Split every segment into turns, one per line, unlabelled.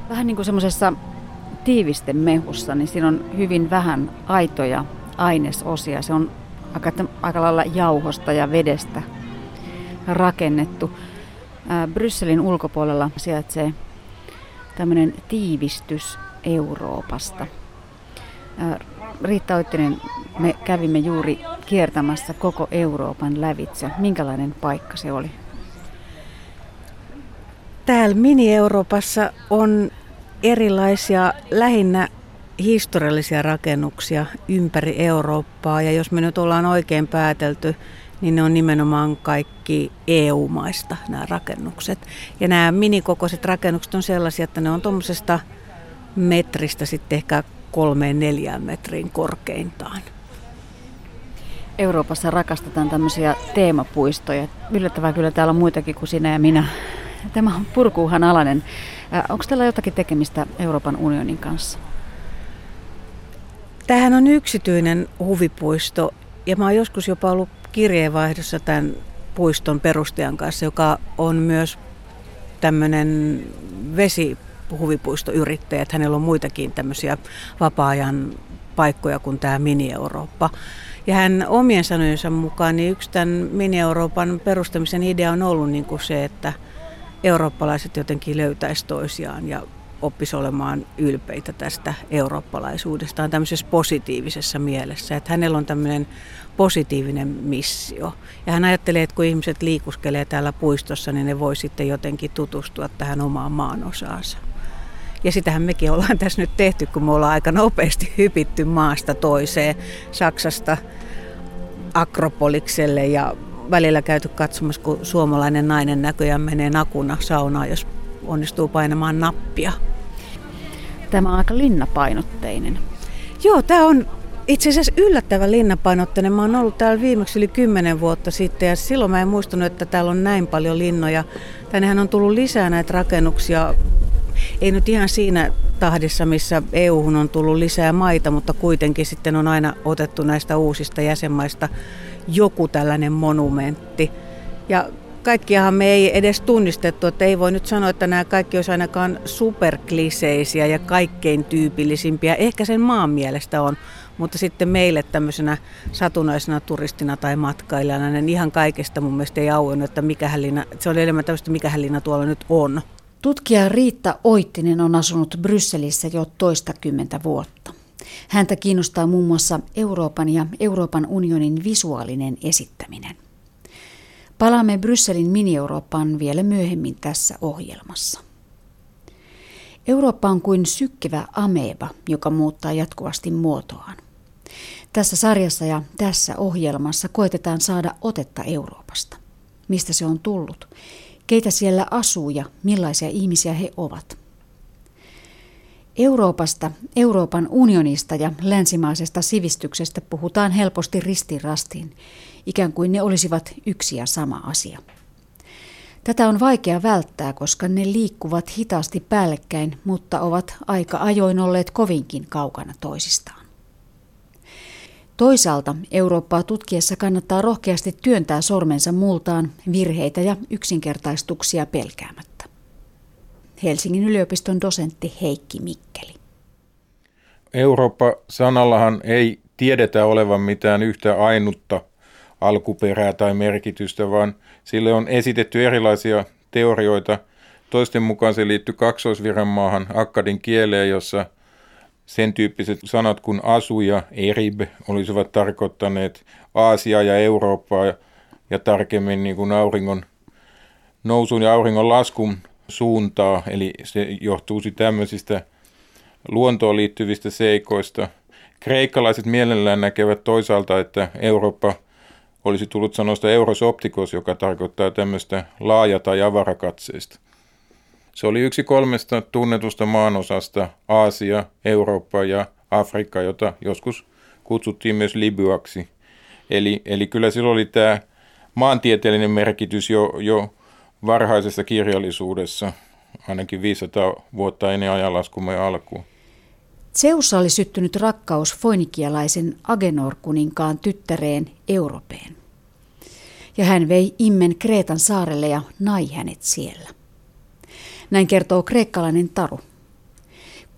Vähän niin kuin semmoisessa tiivistemehussa, niin siinä on hyvin vähän aitoja ainesosia. Se on aika lailla jauhosta ja vedestä rakennettu. Brysselin ulkopuolella sijaitsee tämmöinen tiivistys Euroopasta. Riitta Oittinen, me kävimme juuri kiertämässä koko Euroopan lävitse. Minkälainen paikka se oli?
Täällä mini-Euroopassa on erilaisia lähinnä historiallisia rakennuksia ympäri Eurooppaa. Ja jos me nyt ollaan oikein päätelty, niin ne on nimenomaan kaikki EU-maista nämä rakennukset. Ja nämä minikokoiset rakennukset on sellaisia, että ne on tuommoisesta metristä sitten ehkä 3-4 metriin korkeintaan.
Euroopassa rakastetaan tämmöisiä teemapuistoja. Yllättävää kyllä täällä on muitakin kuin sinä ja minä. Tämä on purkuuhan alainen. Onko teillä jotakin tekemistä Euroopan unionin kanssa?
Tämähän on yksityinen huvipuisto ja mä oon joskus jopa ollut kirjeenvaihdossa tämän puiston perustajan kanssa, joka on myös tämmöinen vesihuvipuistoyrittäjä. Hänellä on muitakin tämmöisiä vapaa-ajan paikkoja kuin tämä Mini-Eurooppa. Ja hän omien sanojensa mukaan, niin yksi tämän Mini-Euroopan perustamisen idea on ollut niin kuin se, että eurooppalaiset jotenkin löytäisi toisiaan ja oppisi olemaan ylpeitä tästä eurooppalaisuudestaan tämmöisessä positiivisessa mielessä. Että hänellä on tämmöinen positiivinen missio. Ja hän ajattelee, että kun ihmiset liikuskelee täällä puistossa, niin ne voi sitten jotenkin tutustua tähän omaan maanosaansa. Ja sitähän mekin ollaan tässä nyt tehty, kun me ollaan aika nopeasti hypitty maasta toiseen, Saksasta Akropolikselle ja välillä käyty katsomassa, kun suomalainen nainen näköjään menee nakuna saunaan, jos onnistuu painamaan nappia.
Tämä on aika linnapainotteinen.
Joo, tämä on itse asiassa yllättävän linnapainotteinen. Mä oon ollut täällä viimeksi yli 10 vuotta sitten ja silloin mä en muistanut, että täällä on näin paljon linnoja. Tännehän on tullut lisää näitä rakennuksia. Ei nyt ihan siinä tahdissa, missä EU-hun on tullut lisää maita, mutta kuitenkin sitten on aina otettu näistä uusista jäsenmaista joku tällainen monumentti. Ja kaikkiahan me ei edes tunnistettu, että ei voi nyt sanoa, että nämä kaikki olisi ainakaan superkliseisiä ja kaikkein tyypillisimpiä. Ehkä sen maan mielestä on, mutta sitten meille tämmöisenä satunnaisena turistina tai matkailijana, niin ihan kaikesta mun mielestä ei auennut, että se oli enemmän tämmöistä, mikähän linna tuolla nyt on.
Tutkija Riitta Oittinen on asunut Brysselissä jo toistakymmentä vuotta. Häntä kiinnostaa muun muassa Euroopan ja Euroopan unionin visuaalinen esittäminen. Palaamme Brysselin mini-Eurooppaan vielä myöhemmin tässä ohjelmassa. Eurooppa on kuin sykkivä ameba, joka muuttaa jatkuvasti muotoaan. Tässä sarjassa ja tässä ohjelmassa koetetaan saada otetta Euroopasta. Mistä se on tullut? Keitä siellä asuu ja millaisia ihmisiä he ovat? Euroopasta, Euroopan unionista ja länsimaisesta sivistyksestä puhutaan helposti ristiin rastiin, ikään kuin ne olisivat yksi ja sama asia. Tätä on vaikea välttää, koska ne liikkuvat hitaasti päällekkäin, mutta ovat aika ajoin olleet kovinkin kaukana toisistaan. Toisaalta Eurooppaa tutkiessa kannattaa rohkeasti työntää sormensa multaan virheitä ja yksinkertaistuksia pelkäämättä. Helsingin yliopiston dosentti Heikki Mikkeli.
Eurooppa-sanallahan ei tiedetä olevan mitään yhtä ainutta alkuperää tai merkitystä, vaan sille on esitetty erilaisia teorioita. Toisten mukaan se liittyy kaksoisviranmaahan akkadin kieleen, jossa sen tyyppiset sanat kuin asu ja erib olisivat tarkoittaneet Aasiaa ja Eurooppaa ja tarkemmin niin kuin auringon nousun ja auringon laskun suuntaa, eli se johtuisi tämmöisistä luontoon liittyvistä seikoista. Kreikkalaiset mielellään näkevät toisaalta, että Eurooppa olisi tullut sanoista euros optikos, joka tarkoittaa tämmöistä laaja- tai avarakatseista. Se oli yksi 3 tunnetusta maanosasta, Aasia, Eurooppa ja Afrikka, jota joskus kutsuttiin myös Libyaksi. Eli kyllä sillä oli tämä maantieteellinen merkitys jo varhaisessa kirjallisuudessa, ainakin 500 vuotta ennen ajanlaskumme alkuun.
Zeussa oli syttynyt rakkaus foinikialaisen Agenor-kuninkaan tyttäreen Europeen. Ja hän vei Immen Kreetan saarelle ja nai hänet siellä. Näin kertoo kreikkalainen taru.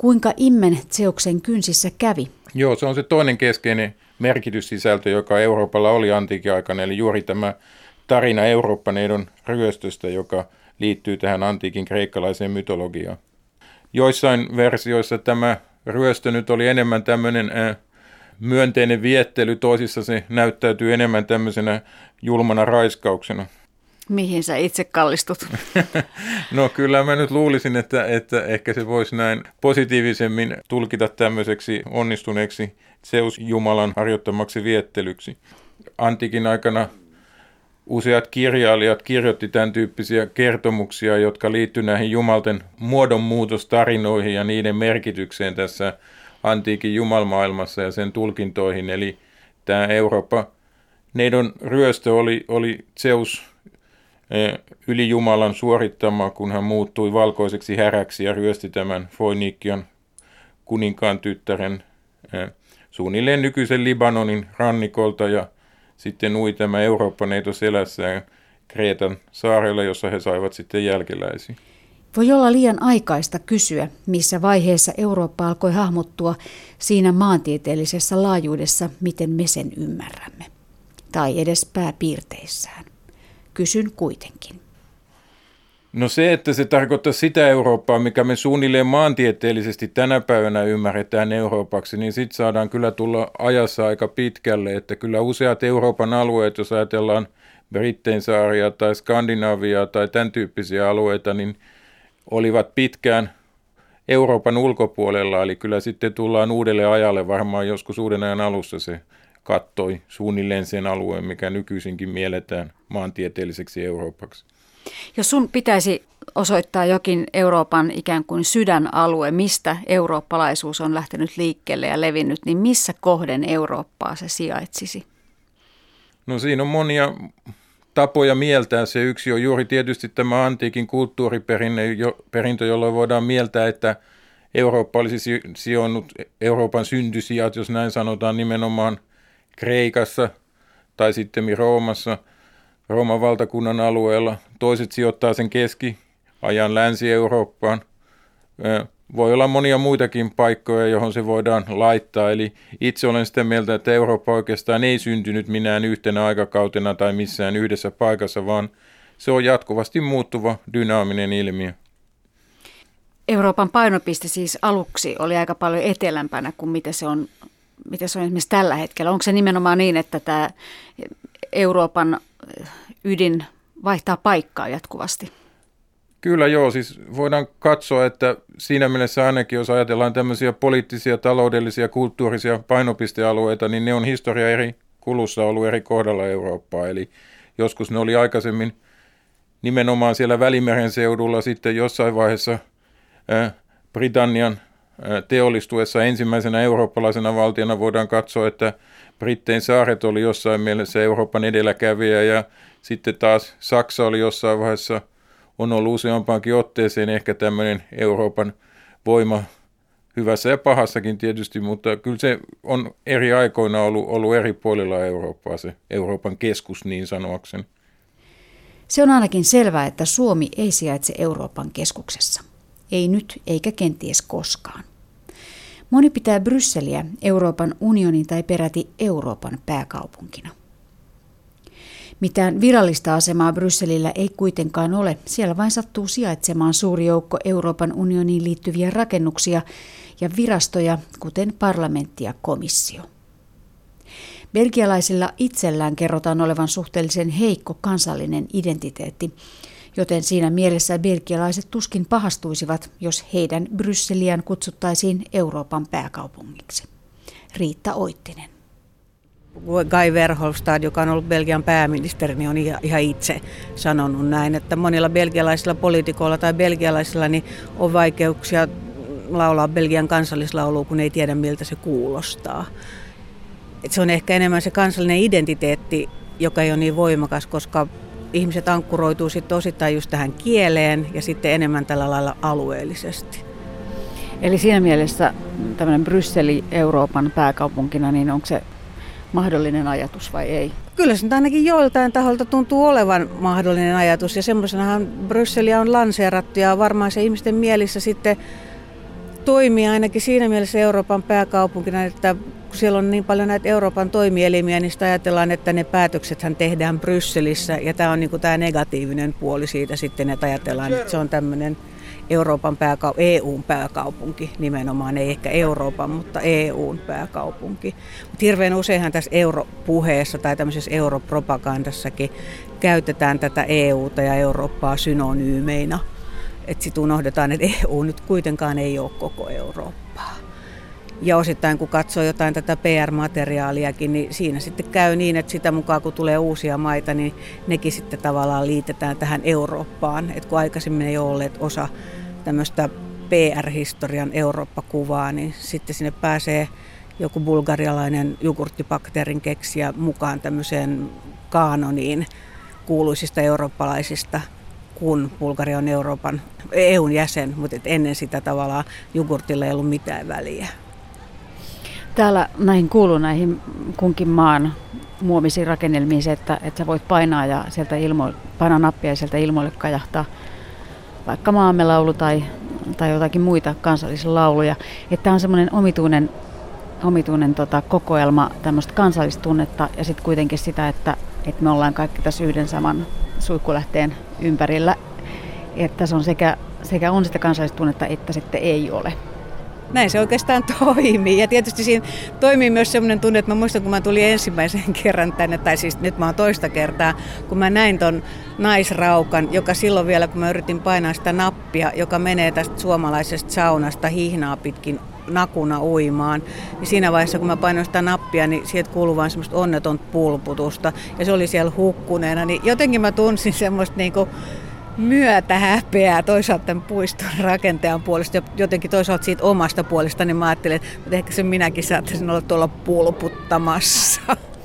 Kuinka immen Zeuksen kynsissä kävi?
Joo, se on se toinen keskeinen merkityssisältö, joka Euroopalla oli antiikin aikana, eli juuri tämä tarina Eurooppa-neidon ryöstöstä, joka liittyy tähän antiikin kreikkalaiseen mytologiaan. Joissain versioissa tämä ryöstö nyt oli enemmän tämmöinen myönteinen viettely, toisissa se näyttäytyy enemmän tämmöisenä julmana raiskauksena.
Mihin sä itse kallistut?
No kyllä mä nyt luulisin, että ehkä se voisi näin positiivisemmin tulkita tämmöiseksi onnistuneeksi Zeus-jumalan harjoittamaksi viettelyksi. Antiikin aikana useat kirjailijat kirjoitti tämän tyyppisiä kertomuksia, jotka liittyy näihin jumalten muodonmuutostarinoihin ja niiden merkitykseen tässä antiikin jumalmaailmassa ja sen tulkintoihin. Eli tämä Eurooppa-neidon ryöstö oli Zeus ylijumalan suorittama, kun hän muuttui valkoiseksi häräksi ja ryösti tämän Foinikian kuninkaan tyttären suunnilleen nykyisen Libanonin rannikolta ja sitten ui tämä Eurooppa-neito selässään Kreetan saarella, jossa he saivat sitten jälkeläisiä.
Voi olla liian aikaista kysyä, missä vaiheessa Eurooppa alkoi hahmottua siinä maantieteellisessä laajuudessa, miten me sen ymmärrämme. Tai edes pääpiirteissään. Kysyn kuitenkin.
No se, että se tarkoittaa sitä Eurooppaa, mikä me suunnilleen maantieteellisesti tänä päivänä ymmärretään Euroopaksi, niin sitten saadaan kyllä tulla ajassa aika pitkälle, että kyllä useat Euroopan alueet, jos ajatellaan Britteinsaaria tai Skandinaviaa tai tämän tyyppisiä alueita, niin olivat pitkään Euroopan ulkopuolella, eli kyllä sitten tullaan uudelle ajalle, varmaan joskus uuden ajan alussa se kattoi suunnilleen sen alueen, mikä nykyisinkin mielletään maantieteelliseksi Euroopaksi.
Jos sun pitäisi osoittaa jokin Euroopan ikään kuin sydänalue, mistä eurooppalaisuus on lähtenyt liikkeelle ja levinnyt, niin missä kohden Eurooppaa se sijaitsisi?
No siinä on monia tapoja mieltää. Se yksi on juuri tietysti tämä antiikin kulttuuriperintö, jolloin voidaan mieltää, että Eurooppa olisi sijonnut Euroopan syntysijat, jos näin sanotaan, nimenomaan Kreikassa tai sitten Roomassa, Rooman valtakunnan alueella. Toiset sijoittaa sen keskiajan Länsi-Eurooppaan. Voi olla monia muitakin paikkoja, johon se voidaan laittaa. Eli itse olen sitä mieltä, että Eurooppa oikeastaan ei syntynyt minään yhtenä aikakautena tai missään yhdessä paikassa, vaan se on jatkuvasti muuttuva, dynaaminen ilmiö.
Euroopan painopiste siis aluksi oli aika paljon etelämpänä kuin mitä se on esimerkiksi tällä hetkellä. Onko se nimenomaan niin, että tämä Euroopan ydin vaihtaa paikkaa jatkuvasti?
Kyllä joo, siis voidaan katsoa, että siinä mielessä ainakin, jos ajatellaan tämmöisiä poliittisia, taloudellisia, kulttuurisia painopistealueita, niin ne on historia eri kulussa ollut eri kohdalla Eurooppaa. Eli joskus ne oli aikaisemmin nimenomaan siellä Välimeren seudulla, sitten jossain vaiheessa Britannian teollistuessa ensimmäisenä eurooppalaisena valtiona voidaan katsoa, että Brittein saaret oli jossain mielessä Euroopan edelläkävijä ja sitten taas Saksa oli jossain vaiheessa, on ollut useampaankin otteeseen ehkä tämmöinen Euroopan voima hyvässä ja pahassakin tietysti, mutta kyllä se on eri aikoina ollut eri puolilla Eurooppaa se Euroopan keskus niin sanoakseni.
Se on ainakin selvää, että Suomi ei sijaitse Euroopan keskuksessa. Ei nyt eikä kenties koskaan. Moni pitää Brysseliä Euroopan unionin tai peräti Euroopan pääkaupunkina. Mitään virallista asemaa Brysselillä ei kuitenkaan ole. Siellä vain sattuu sijaitsemaan suuri joukko Euroopan unioniin liittyviä rakennuksia ja virastoja, kuten parlamentti ja komissio. Belgialaisilla itsellään kerrotaan olevan suhteellisen heikko kansallinen identiteetti, joten siinä mielessä belgialaiset tuskin pahastuisivat, jos heidän Brysseliään kutsuttaisiin Euroopan pääkaupungiksi. Riitta Oittinen.
Guy Verhofstadt, joka on ollut Belgian pääministeri, niin on ihan itse sanonut näin, että monilla belgialaisilla poliitikoilla tai belgialaisilla niin on vaikeuksia laulaa Belgian kansallislaulua, kun ei tiedä miltä se kuulostaa. Et se on ehkä enemmän se kansallinen identiteetti, joka ei ole niin voimakas, koska ihmiset ankkuroituu sitten osittain just tähän kieleen ja sitten enemmän tällä lailla alueellisesti.
Eli siinä mielessä tämmöinen Brysseli Euroopan pääkaupunkina, niin onko se mahdollinen ajatus vai ei?
Kyllä se ainakin joiltain taholta tuntuu olevan mahdollinen ajatus ja semmoisenahan Brysseliä on lanseerattu ja varmaan se ihmisten mielissä sitten toimii ainakin siinä mielessä Euroopan pääkaupunkina, että kun siellä on niin paljon näitä Euroopan toimielimiä, niin sitä ajatellaan, että ne päätöksethän tehdään Brysselissä. Ja tämä on niin kuin tämä negatiivinen puoli siitä sitten, että ajatellaan, että se on tämmöinen EUn pääkaupunki nimenomaan, ei ehkä Euroopan, mutta EUn pääkaupunki. Mutta hirveän useinhan tässä europuheessa tai tämmöisessä europropagandassakin käytetään tätä EUta ja Eurooppaa synonyymeina. Että sitten unohdetaan, että EU nyt kuitenkaan ei ole koko Eurooppaa. Ja osittain kun katsoo jotain tätä PR-materiaaliakin, niin siinä sitten käy niin, että sitä mukaan kun tulee uusia maita, niin nekin sitten tavallaan liitetään tähän Eurooppaan. Että kun aikaisemmin ei ole olleet osa tämmöistä PR-historian Eurooppa-kuvaa, niin sitten sinne pääsee joku bulgarialainen jogurttibakteerin keksijä mukaan tämmöiseen kaanoniin kuuluisista eurooppalaisista, kun Bulgaria on EUn jäsen, mutta ennen sitä tavallaan jogurtilla ei ollut mitään väliä.
Täällä näihin kunkin maan muovisiin rakennelmiin se, että sä voit painaa nappia ja sieltä ilmoille kajahtaa vaikka Maamme laulu tai jotakin muita kansallislauluja. Että on semmoinen omituinen kokoelma tämmöistä kansallistunnetta ja sitten kuitenkin sitä, että me ollaan kaikki tässä yhden saman suihkulähteen ympärillä. Että se on sekä on sitä kansallistunnetta että sitten ei ole.
Näin se oikeastaan toimii. Ja tietysti siinä toimii myös sellainen tunne, että mä muistan, kun mä tulin ensimmäisen kerran tänne, tai siis nyt mä oon toista kertaa, kun mä näin ton naisraukan, joka silloin vielä, kun mä yritin painaa sitä nappia, joka menee tästä suomalaisesta saunasta hihnaa pitkin nakuna uimaan. Ja siinä vaiheessa, kun mä painoin sitä nappia, niin sieltä kuului vaan semmoista onnetonta pulputusta. Ja se oli siellä hukkuneena, niin jotenkin mä tunsin semmoista niinku myötä häpeää toisaalta tämän puiston rakentajan puolesta ja jotenkin toisaalta siitä omasta puolesta, niin mä ajattelin, että ehkä se minäkin saattaisin olla tuolla pulputtamassa.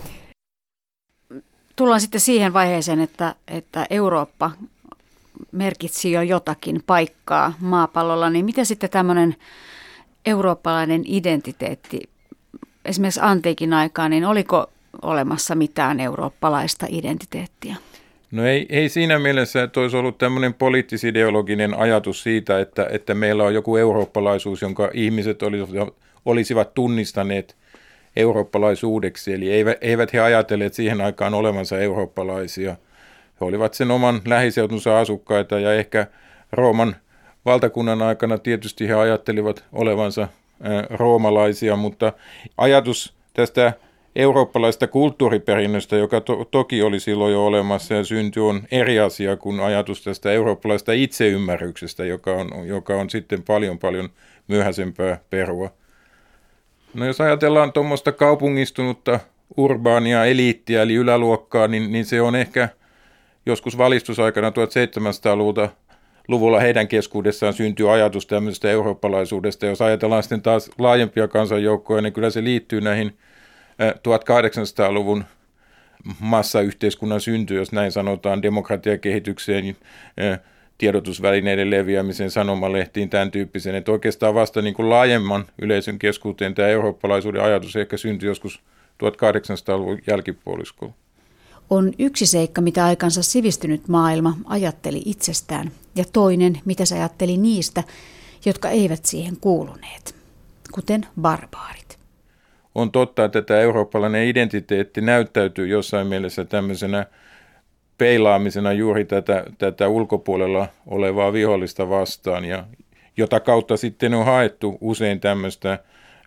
Tullaan sitten siihen vaiheeseen, että Eurooppa merkitsi jo jotakin paikkaa maapallolla, niin mitä sitten tämmöinen eurooppalainen identiteetti, esimerkiksi antiikin aikaan, niin oliko olemassa mitään eurooppalaista identiteettiä?
No ei siinä mielessä, että olisi ollut tämmöinen poliittis-ideologinen ajatus siitä, että meillä on joku eurooppalaisuus, jonka ihmiset olisivat tunnistaneet eurooppalaisuudeksi. Eli eivät he ajatelleet siihen aikaan olevansa eurooppalaisia. He olivat sen oman lähiseutunsa asukkaita ja ehkä Rooman valtakunnan aikana tietysti he ajattelivat olevansa roomalaisia, mutta ajatus tästä eurooppalaista kulttuuriperinnöstä, joka toki oli silloin jo olemassa ja syntyi, on eri asia kuin ajatus tästä eurooppalaista itseymmärryksestä, joka on sitten paljon myöhäisempää perua. No jos ajatellaan tuommoista kaupungistunutta urbaania eliittiä eli yläluokkaa, niin se on ehkä joskus valistusaikana 1700-luvulla heidän keskuudessaan syntyi ajatus tämmöisestä eurooppalaisuudesta. Jos ajatellaan sitten taas laajempia kansanjoukkoja, niin kyllä se liittyy näihin 1800-luvun massayhteiskunnan synty, jos näin sanotaan, demokratiakehitykseen, tiedotusvälineiden leviämiseen, sanomalehtiin, tämän tyyppiseen. Että oikeastaan vasta niin kuin laajemman yleisön keskuuteen tämä eurooppalaisuuden ajatus ehkä syntyi joskus 1800-luvun jälkipuoliskolla.
On yksi seikka, mitä aikansa sivistynyt maailma ajatteli itsestään, ja toinen, mitä se ajatteli niistä, jotka eivät siihen kuuluneet, kuten barbaarit.
On totta, että tämä eurooppalainen identiteetti näyttäytyy jossain mielessä tämmöisenä peilaamisena juuri tätä ulkopuolella olevaa vihollista vastaan, ja jota kautta sitten on haettu usein tämmöistä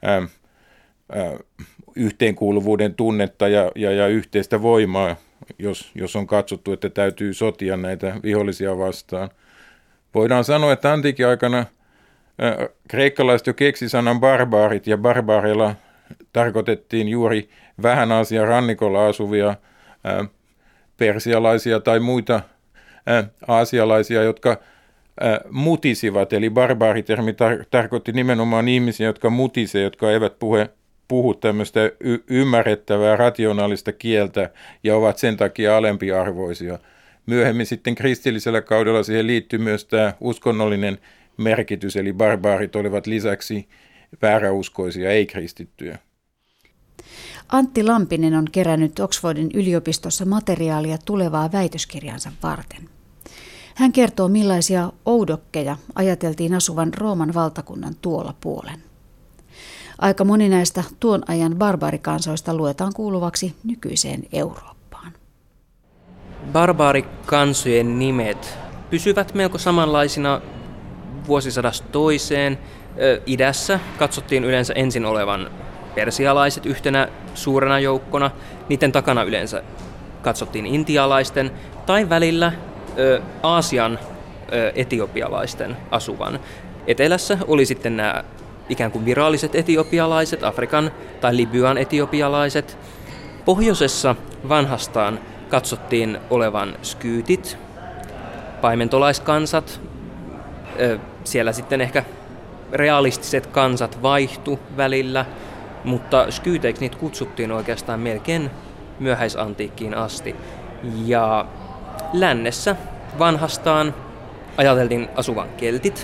yhteenkuuluvuuden tunnetta ja yhteistä voimaa, jos on katsottu, että täytyy sotia näitä vihollisia vastaan. Voidaan sanoa, että antiikin aikana kreikkalaiset jo keksi sanan barbaarit, ja barbaareilla tarkoitettiin juuri vähän Aasian rannikolla asuvia persialaisia tai muita aasialaisia, jotka mutisivat. Eli barbaaritermi tarkoitti nimenomaan ihmisiä, jotka mutisevat, jotka eivät puhu tämmöistä ymmärrettävää, rationaalista kieltä ja ovat sen takia alempiarvoisia. Myöhemmin sitten kristillisellä kaudella siihen liittyy myös tämä uskonnollinen merkitys, eli barbaarit olivat lisäksi vääräuskoisia, ei-kristittyjä.
Antti Lampinen on kerännyt Oxfordin yliopistossa materiaalia tulevaa väitöskirjansa varten. Hän kertoo, millaisia oudokkeja ajateltiin asuvan Rooman valtakunnan tuolla puolen. Aika moni näistä tuon ajan barbaarikansoista luetaan kuuluvaksi nykyiseen Eurooppaan.
Barbaarikansojen nimet pysyvät melko samanlaisina vuosisadasta toiseen. Idässä katsottiin yleensä ensin olevan persialaiset yhtenä suurena joukkona, niiden takana yleensä katsottiin intialaisten tai välillä Aasian etiopialaisten asuvan. Etelässä oli sitten nämä ikään kuin viralliset etiopialaiset, Afrikan tai Libyan etiopialaiset. Pohjoisessa vanhastaan katsottiin olevan skyytit, paimentolaiskansat. Siellä sitten ehkä realistiset kansat vaihtu välillä, mutta skyyteiksi niitä kutsuttiin oikeastaan melkein myöhäisantiikkiin asti. Ja lännessä vanhastaan ajateltiin asuvan keltit.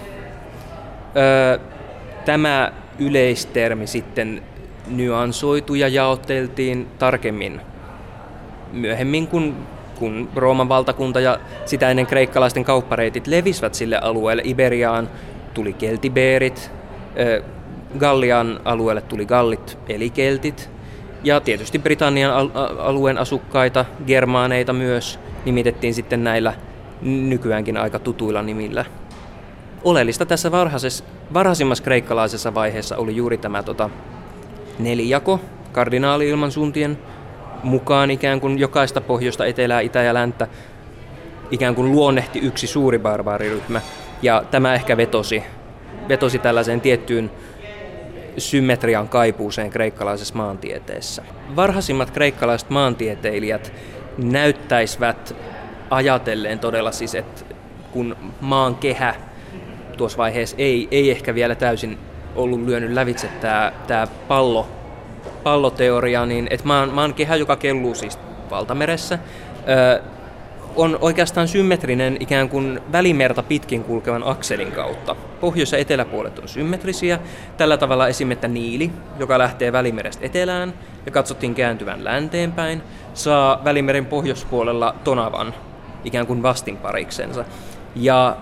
Tämä yleistermi sitten nyansoitu ja jaoteltiin tarkemmin myöhemmin, kun Rooman valtakunta ja sitä ennen kreikkalaisten kauppareitit levisivät sille alueelle. Iberiaan tuli keltibeerit, Gallian alueelle tuli gallit eli keltit, ja tietysti Britannian alueen asukkaita, germaaneita myös, nimitettiin sitten näillä nykyäänkin aika tutuilla nimillä. Oleellista tässä varhaisimmassa kreikkalaisessa vaiheessa oli juuri tämä neljako kardinaali-ilmansuuntien mukaan, ikään kuin jokaista pohjoista, etelää, itä ja länttä ikään kuin luonnehti yksi suuri barbaariryhmä, ja tämä ehkä vetosi tällaiseen tiettyyn symmetrian kaipuuseen kreikkalaisessa maantieteessä. Varhaisimmat kreikkalaiset maantieteilijät näyttäisivät ajatelleen todella siis, että kun maan kehä tuossa vaiheessa ei ehkä vielä täysin ollut lyönyt lävitse tämä palloteoria, niin että maan kehä, joka kelluu siis valtameressä, on oikeastaan symmetrinen ikään kuin välimerta pitkin kulkevan akselin kautta. Pohjois- ja eteläpuolet on symmetrisiä. Tällä tavalla esimerkiksi Niili, joka lähtee Välimerestä etelään ja katsottiin kääntyvän länteenpäin, saa Välimeren pohjoispuolella Tonavan ikään kuin vastinpariksensa. Ja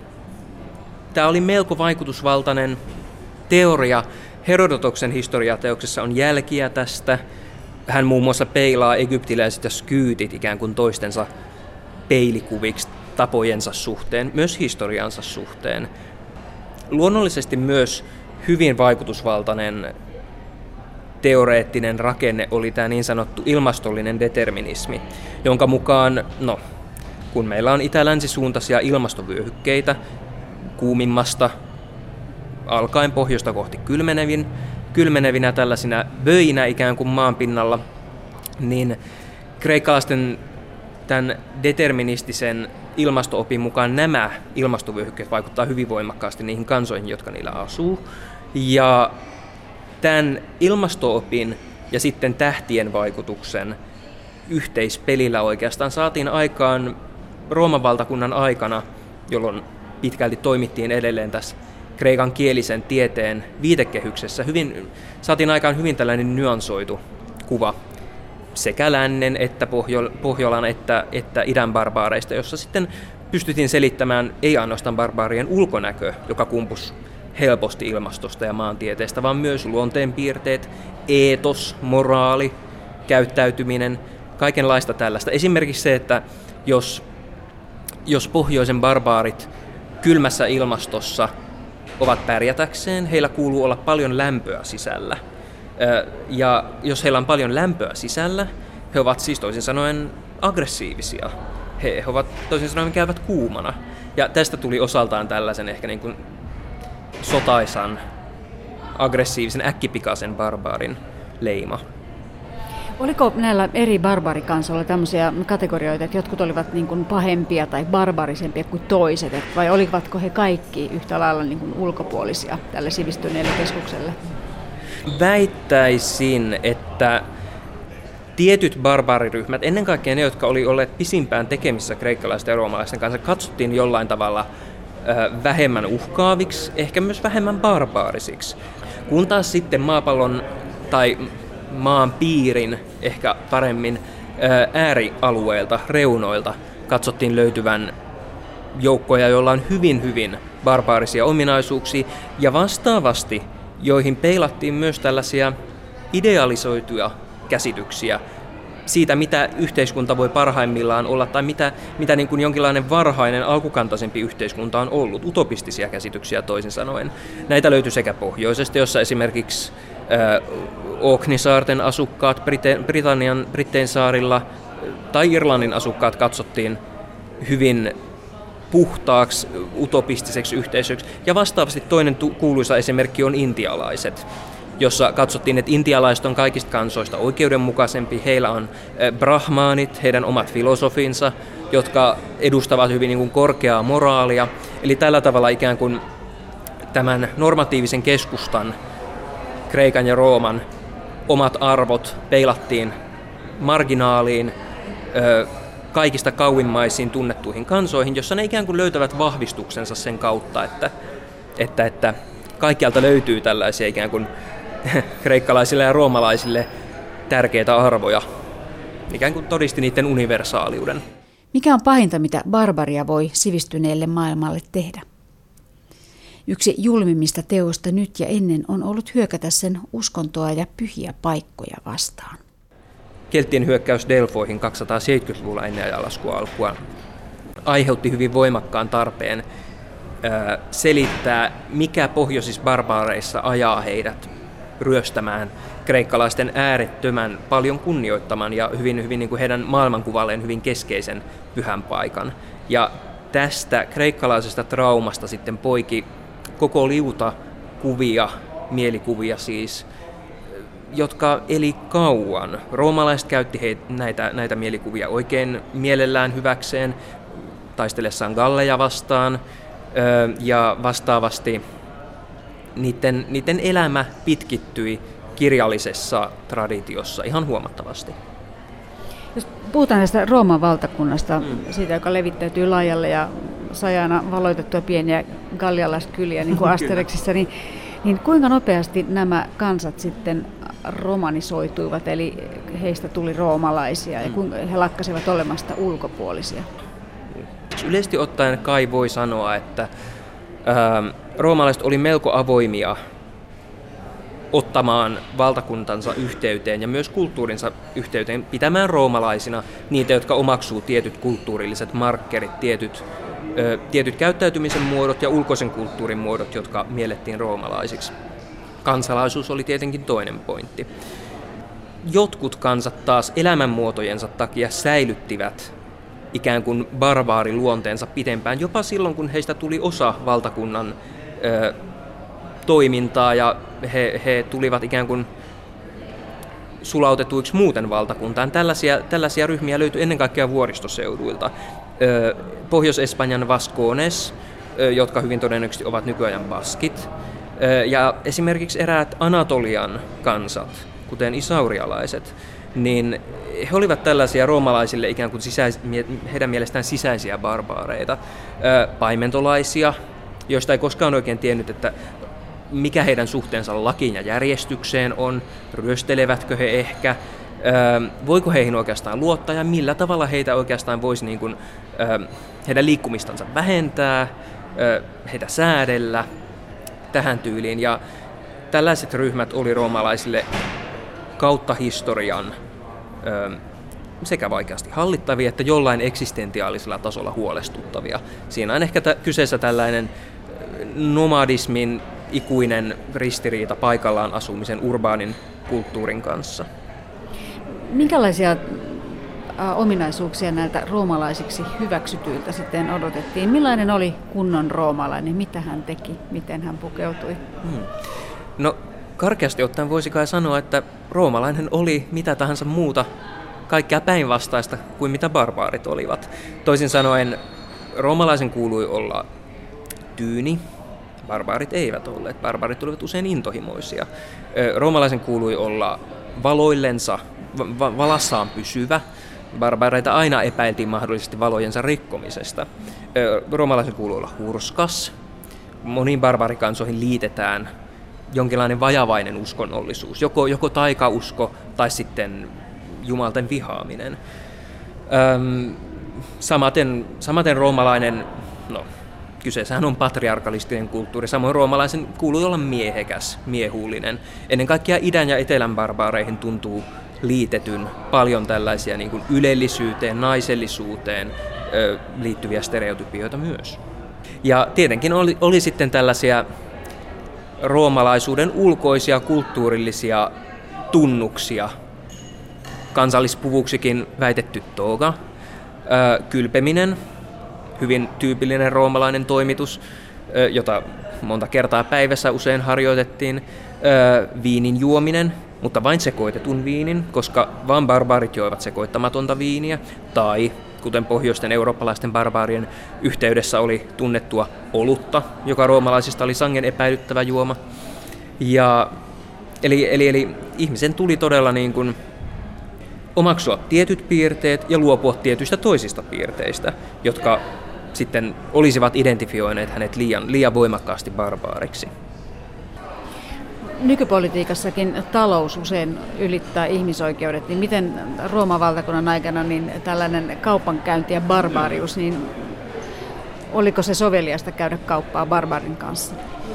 tämä oli melko vaikutusvaltainen teoria. Herodotoksen historiateoksessa on jälkiä tästä. Hän muun muassa peilaa egyptiläiset ja skyytit ikään kuin toistensa peilikuviksi tapojensa suhteen, myös historiansa suhteen. Luonnollisesti myös hyvin vaikutusvaltainen teoreettinen rakenne oli tämä niin sanottu ilmastollinen determinismi, jonka mukaan, kun meillä on itä-länsisuuntaisia ilmastovyöhykkeitä kuumimmasta alkaen pohjoista kohti kylmenevinä tällaisina vöinä ikään kuin maanpinnalla, niin kreikkalaisten tämän deterministisen ilmasto-opin mukaan nämä ilmastovyöhykkeet vaikuttaa hyvin voimakkaasti niihin kansoihin, jotka niillä asuu. Ja tämän ilmasto-opin ja sitten tähtien vaikutuksen yhteispelillä oikeastaan saatiin aikaan Rooman valtakunnan aikana, jolloin pitkälti toimittiin edelleen tässä kreikan kielisen tieteen viitekehyksessä. Saatiin aikaan hyvin tällainen nyansoitu kuva sekä lännen että Pohjolan että idän barbaareista, jossa sitten pystyttiin selittämään ei ainoastaan barbaarien ulkonäkö, joka kumpusi helposti ilmastosta ja maantieteestä, vaan myös luonteenpiirteet, eetos, moraali, käyttäytyminen, kaikenlaista tällaista. Esimerkiksi se, että jos pohjoisen barbaarit kylmässä ilmastossa ovat pärjätäkseen, heillä kuuluu olla paljon lämpöä sisällä. Ja jos heillä on paljon lämpöä sisällä, he ovat siis toisin sanoen aggressiivisia. He ovat toisin sanoen käyvät kuumana. Ja tästä tuli osaltaan tällaisen ehkä niin kuin sotaisan, aggressiivisen, äkkipikaisen barbaarin leima.
Oliko näillä eri barbaarikansoilla tämmöisiä kategorioita, että jotkut olivat niin kuin pahempia tai barbaarisempia kuin toiset, vai olivatko he kaikki yhtä lailla niin kuin ulkopuolisia tälle sivistyneelle keskukselle?
Väittäisin, että tietyt barbaariryhmät, ennen kaikkea ne, jotka oli olleet pisimpään tekemissä kreikkalaisten ja roomalaisten kanssa, katsottiin jollain tavalla vähemmän uhkaaviksi, ehkä myös vähemmän barbaarisiksi. Kun taas sitten maapallon tai maan piirin ehkä paremmin äärialueilta, reunoilta katsottiin löytyvän joukkoja, joilla on hyvin, hyvin barbaarisia ominaisuuksia, ja vastaavasti, joihin peilattiin myös tällaisia idealisoituja käsityksiä siitä, mitä yhteiskunta voi parhaimmillaan olla, tai mitä niin kuin jonkinlainen varhainen, alkukantaisempi yhteiskunta on ollut, utopistisia käsityksiä toisin sanoen. Näitä löytyy sekä pohjoisesta, jossa esimerkiksi Orkneysaarten asukkaat Brittein saarilla tai Irlannin asukkaat katsottiin hyvin puhtaaksi, utopistiseksi yhteisöksi. Ja vastaavasti toinen kuuluisa esimerkki on intialaiset, jossa katsottiin, että intialaiset on kaikista kansoista oikeudenmukaisempi. Heillä on brahmaanit, heidän omat filosofinsa, jotka edustavat hyvin niin kuin korkeaa moraalia. Eli tällä tavalla ikään kuin tämän normatiivisen keskustan, Kreikan ja Rooman omat arvot peilattiin marginaaliin, kaikista kauimmaisiin tunnettuihin kansoihin, jossa ne ikään kuin löytävät vahvistuksensa sen kautta, että kaikkialta löytyy tällaisia ikään kuin kreikkalaisille ja roomalaisille tärkeitä arvoja, ikään kuin todisti niiden universaaliuden.
Mikä on pahinta, mitä barbaria voi sivistyneelle maailmalle tehdä? Yksi julmimmista teoista nyt ja ennen on ollut hyökätä sen uskontoa ja pyhiä paikkoja vastaan.
Kelttien hyökkäys Delfoihin 270-luvulla ennen ajanlaskua alkua aiheutti hyvin voimakkaan tarpeen selittää, mikä pohjoisissa barbaareissa ajaa heidät ryöstämään kreikkalaisten äärettömän paljon kunnioittaman ja hyvin niin kuin heidän maailmankuvalleen hyvin keskeisen pyhän paikan. Ja tästä kreikkalaisesta traumasta sitten poiki koko liuta kuvia, mielikuvia siis, jotka eli kauan. Roomalaiset käytti näitä mielikuvia oikein mielellään hyväkseen taistellessaan galleja vastaan, ja vastaavasti niiden elämä pitkittyi kirjallisessa traditiossa ihan huomattavasti.
Jos puhutaan tästä Rooman valtakunnasta, siitä joka levittäytyy laajalle ja sai aina valoitettua pieniä gallialaiskyliä niin kuin Asterixissa, niin kuinka nopeasti nämä kansat sitten romanisoituivat, eli heistä tuli roomalaisia ja kuinka he lakkasivat olemasta ulkopuolisia?
Yleisesti ottaen kai voi sanoa, että roomalaiset oli melko avoimia ottamaan valtakuntansa yhteyteen ja myös kulttuurinsa yhteyteen, pitämään roomalaisina niitä, jotka omaksuu tietyt kulttuurilliset markkerit, tietyt käyttäytymisen muodot ja ulkoisen kulttuurin muodot, jotka miellettiin roomalaisiksi. Kansalaisuus oli tietenkin toinen pointti. Jotkut kansat taas elämänmuotojensa takia säilyttivät ikään kuin barbaariluonteensa pitempään, jopa silloin, kun heistä tuli osa valtakunnan toimintaa ja he tulivat ikään kuin sulautetuiksi muuten valtakuntaan. Tällaisia ryhmiä löytyi ennen kaikkea vuoristoseuduilta. Pohjois-Espanjan Vascones, jotka hyvin todennäköisesti ovat nykyajan baskit, ja esimerkiksi eräät Anatolian kansat, kuten isaurialaiset, niin he olivat tällaisia roomalaisille ikään kuin heidän mielestään sisäisiä barbaareita, paimentolaisia, joista ei koskaan oikein tiennyt, että mikä heidän suhteensa lakiin ja järjestykseen on, ryöstelevätkö he ehkä, voiko heihin oikeastaan luottaa ja millä tavalla heitä oikeastaan voisi niin kuin, heidän liikkumistansa vähentää, heitä säädellä tähän tyyliin. Ja tällaiset ryhmät oli roomalaisille kautta historian sekä vaikeasti hallittavia että jollain eksistentiaalisella tasolla huolestuttavia. Siinä on ehkä kyseessä tällainen nomadismin ikuinen ristiriita paikallaan asumisen urbaanin kulttuurin kanssa.
Minkälaisia ominaisuuksia näiltä roomalaisiksi hyväksytyiltä sitten odotettiin? Millainen oli kunnon roomalainen? Mitä hän teki? Miten hän pukeutui?
No karkeasti ottaen voisi kai sanoa, että roomalainen oli mitä tahansa muuta, kaikkea päinvastaista kuin mitä barbaarit olivat. Toisin sanoen roomalaisen kuului olla tyyni. Barbaarit eivät olleet. Barbaarit olivat usein intohimoisia. Roomalaisen kuului olla valoillensa, valassaan pysyvä. Barbaareita aina epäiltiin mahdollisesti valojensa rikkomisesta. Roomalaisen kuului olla hurskas. Moniin barbaarikansoihin liitetään jonkinlainen vajavainen uskonnollisuus, joko taikausko tai sitten jumalten vihaaminen. Samaten roomalainen kyseessähän on patriarkalistinen kulttuuri. Samoin roomalaisen kuului olla miehekäs, miehuullinen. Ennen kaikkea idän ja etelän barbaareihin tuntuu liitetyn paljon tällaisia niin kuin ylellisyyteen, naisellisuuteen liittyviä stereotypioita myös. Ja tietenkin oli sitten tällaisia roomalaisuuden ulkoisia kulttuurillisia tunnuksia. Kansallispuvuksikin väitetty toga, kylpeminen, hyvin tyypillinen roomalainen toimitus, jota monta kertaa päivässä usein harjoitettiin, viinin juominen, mutta vain sekoitetun viinin, koska vain barbaarit joivat sekoittamatonta viiniä, tai kuten pohjoisten eurooppalaisten barbaarien yhteydessä oli tunnettua olutta, joka roomalaisista oli sangen epäilyttävä juoma. Eli ihmisen tuli todella niin kuin omaksua tietyt piirteet ja luopua tietyistä toisista piirteistä, jotka sitten olisivat identifioineet hänet liian voimakkaasti barbaariksi.
Nykypolitiikassakin talous usein ylittää ihmisoikeudet, niin miten Rooman valtakunnan aikana niin tällainen kaupankäynti ja barbaarius, niin oliko se soveliasta käydä kauppaa barbaarin kanssa?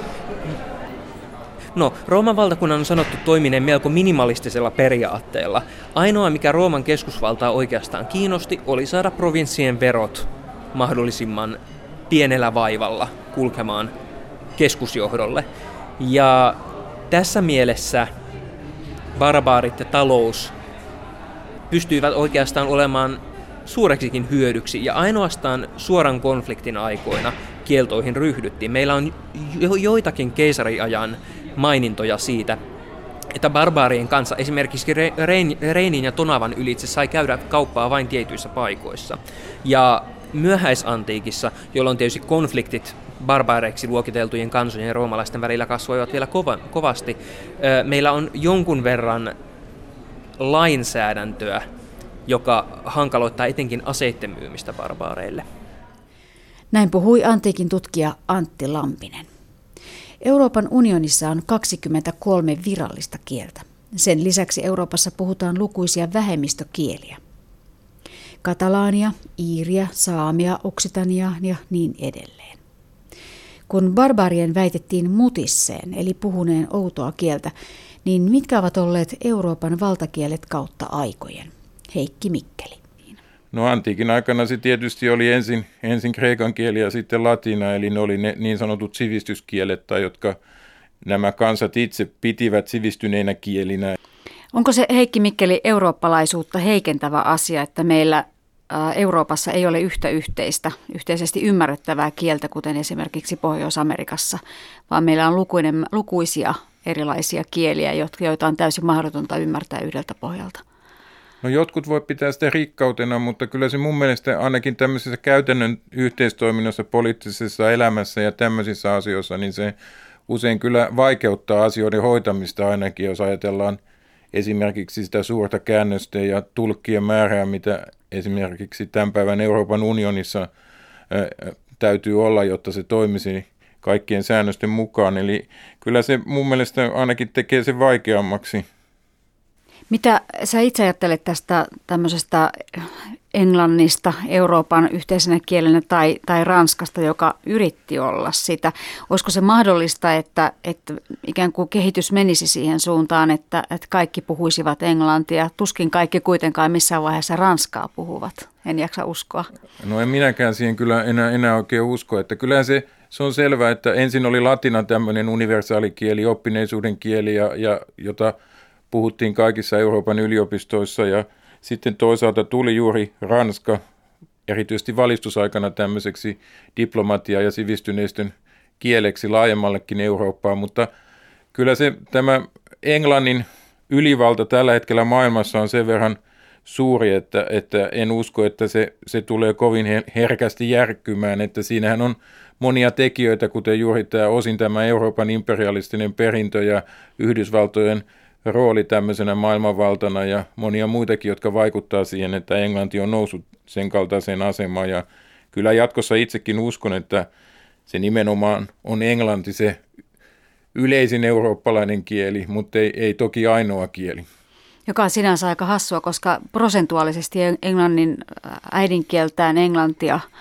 Rooman valtakunnan on sanottu toimineen melko minimalistisella periaatteella. Ainoa, mikä Rooman keskusvaltaa oikeastaan kiinnosti, oli saada provinssien verot mahdollisimman pienellä vaivalla kulkemaan keskusjohdolle. Ja tässä mielessä barbaarit ja talous pystyivät oikeastaan olemaan suureksikin hyödyksi, ja ainoastaan suoran konfliktin aikoina kieltoihin ryhdyttiin. Meillä on joitakin keisariajan mainintoja siitä, että barbaarien kanssa esimerkiksi Reinin ja Tonavan ylitse sai käydä kauppaa vain tietyissä paikoissa. Ja myöhäisantiikissa, jolloin tietysti konfliktit barbaareiksi luokiteltujen kansojen ja roomalaisten välillä kasvoivat vielä kovasti, meillä on jonkun verran lainsäädäntöä, joka hankaloittaa etenkin aseitten myymistä barbaareille.
Näin puhui antiikin tutkija Antti Lampinen. Euroopan unionissa on 23 virallista kieltä. Sen lisäksi Euroopassa puhutaan lukuisia vähemmistökieliä. Katalaania, iiriä, saamia, oksitania ja niin edelleen. Kun barbaarien väitettiin mutisseen, eli puhuneen outoa kieltä, niin mitkä ovat olleet Euroopan valtakielet kautta aikojen? Heikki Mikkeli.
Antiikin aikana se tietysti oli ensin kreikan kieli ja sitten latina, eli ne oli ne niin sanotut sivistyskielet, tai jotka nämä kansat itse pitivät sivistyneinä kielinä.
Onko se, Heikki Mikkeli, eurooppalaisuutta heikentävä asia, että meillä Euroopassa ei ole yhtä yhteisesti ymmärrettävää kieltä, kuten esimerkiksi Pohjois-Amerikassa, vaan meillä on lukuisia erilaisia kieliä, joita on täysin mahdotonta ymmärtää yhdeltä pohjalta?
Jotkut voi pitää sitä rikkautena, mutta kyllä se mun mielestä ainakin tämmöisessä käytännön yhteistoiminnassa, poliittisessa elämässä ja tämmöisissä asioissa, niin se usein kyllä vaikeuttaa asioiden hoitamista ainakin, jos ajatellaan esimerkiksi sitä suurta käännöstä ja tulkkien määrää, mitä esimerkiksi tämän päivän Euroopan unionissa täytyy olla, jotta se toimisi kaikkien säännösten mukaan. Eli kyllä se mun mielestä ainakin tekee sen vaikeammaksi.
Mitä sä itse ajattelet tästä tämmöisestä englannista Euroopan yhteisenä kielenä tai ranskasta, joka yritti olla sitä? Olisiko se mahdollista, että ikään kuin kehitys menisi siihen suuntaan, että kaikki puhuisivat englantia? Tuskin kaikki kuitenkaan missään vaiheessa ranskaa puhuvat. En jaksa uskoa. En
minäkään siihen kyllä enää oikein usko. Että kyllähän se on selvää, että ensin oli latina tämmöinen universaalikieli, oppineisuuden kieli, jota puhuttiin kaikissa Euroopan yliopistoissa, ja sitten toisaalta tuli juuri ranska, erityisesti valistusaikana tämmöiseksi diplomatia- ja sivistyneistön kieleksi laajemmallekin Eurooppaan, mutta kyllä tämä englannin ylivalta tällä hetkellä maailmassa on sen verran suuri, että en usko, että se tulee kovin herkästi järkkymään, että siinähän on monia tekijöitä, kuten juuri osin tämä Euroopan imperialistinen perintö ja Yhdysvaltojen rooli tämmöisenä maailmanvaltana ja monia muitakin, jotka vaikuttaa siihen, että Englanti on noussut sen kaltaiseen asemaan. Ja kyllä jatkossa itsekin uskon, että se nimenomaan on englanti se yleisin eurooppalainen kieli, mutta ei toki ainoa kieli.
Joka on sinänsä aika hassua, koska prosentuaalisesti englannin äidinkieltään englantia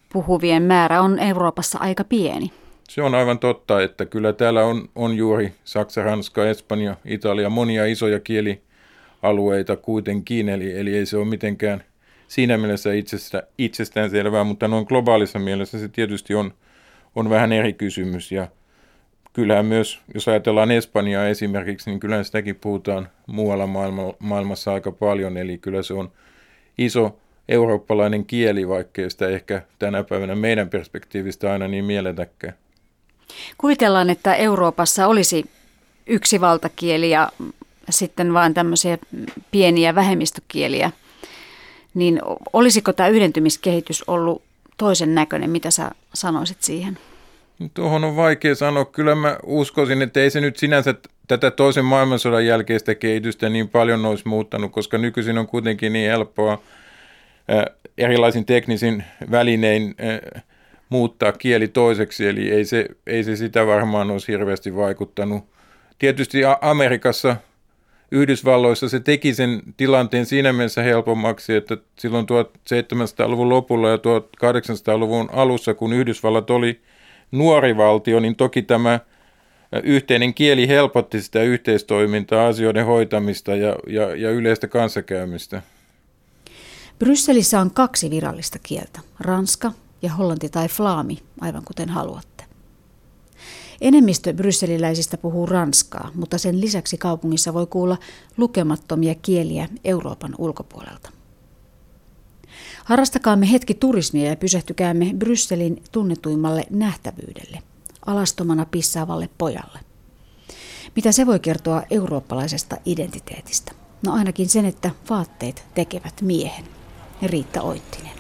puhuvien määrä on Euroopassa aika pieni.
Se on aivan totta, että kyllä täällä on juuri Saksa, Ranska, Espanja, Italia, monia isoja kielialueita kuitenkin, eli ei se ole mitenkään siinä mielessä itsestään selvää, mutta noin globaalissa mielessä se tietysti on vähän eri kysymys. Ja kyllähän myös, jos ajatellaan Espanjaa esimerkiksi, niin kyllähän sitäkin puhutaan muualla maailmassa aika paljon, eli kyllä se on iso eurooppalainen kieli, vaikkei sitä ehkä tänä päivänä meidän perspektiivistä aina niin mielletäkään.
Kuvitellaan, että Euroopassa olisi yksi valtakieli ja sitten vain tämmöisiä pieniä vähemmistökieliä. Niin olisiko tämä yhdentymiskehitys ollut toisen näköinen? Mitä sä sanoisit siihen?
Tuohon on vaikea sanoa. Kyllä mä uskoisin, että ei se nyt sinänsä tätä toisen maailmansodan jälkeistä kehitystä niin paljon olisi muuttanut, koska nykyisin on kuitenkin niin helppoa erilaisin teknisin välinein muuttaa kieli toiseksi, eli ei se sitä varmaan olisi hirveästi vaikuttanut. Tietysti Amerikassa, Yhdysvalloissa se teki sen tilanteen siinä mielessä helpommaksi, että silloin 1700-luvun lopulla ja 1800-luvun alussa, kun Yhdysvallat oli nuori valtio, niin toki tämä yhteinen kieli helpotti sitä yhteistoimintaa, asioiden hoitamista ja yleistä kanssakäymistä.
Brysselissä on 2 virallista kieltä, ranska ja hollanti tai flaami, aivan kuten haluatte. Enemmistö brysseliläisistä puhuu ranskaa, mutta sen lisäksi kaupungissa voi kuulla lukemattomia kieliä Euroopan ulkopuolelta. Harrastakaamme hetki turismia ja pysähtykäämme Brysselin tunnetuimmalle nähtävyydelle, alastomana pissaavalle pojalle. Mitä se voi kertoa eurooppalaisesta identiteetistä? No ainakin sen, että vaatteet tekevät miehen. Riitta Oittinen.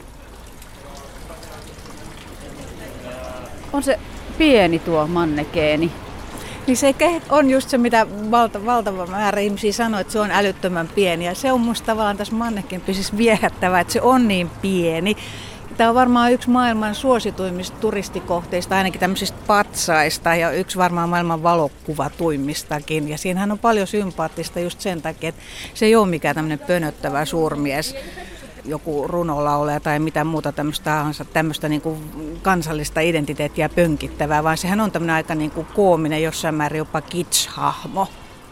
On se pieni tuo mannekeeni.
Niin se on just se, mitä valtava määrä ihmisiä sanoo, että se on älyttömän pieni. Ja se on musta tavallaan tässä mannekenpisissä viehättävää, että se on niin pieni. Tämä on varmaan yksi maailman suosituimmista turistikohteista, ainakin tämmöisistä patsaista ja yksi varmaan maailman valokuvatuimmistakin. Ja siinähän on paljon sympaattista just sen takia, että se ei ole mikään tämmöinen pönöttävä suurmies, joku runolaulaja tai mitä muuta tämmöistä niin kuin kansallista identiteettiä pönkittävää, vaan sehän on tämmöinen aika niin kuin koominen, jossain määrin jopa kitsch-hahmo.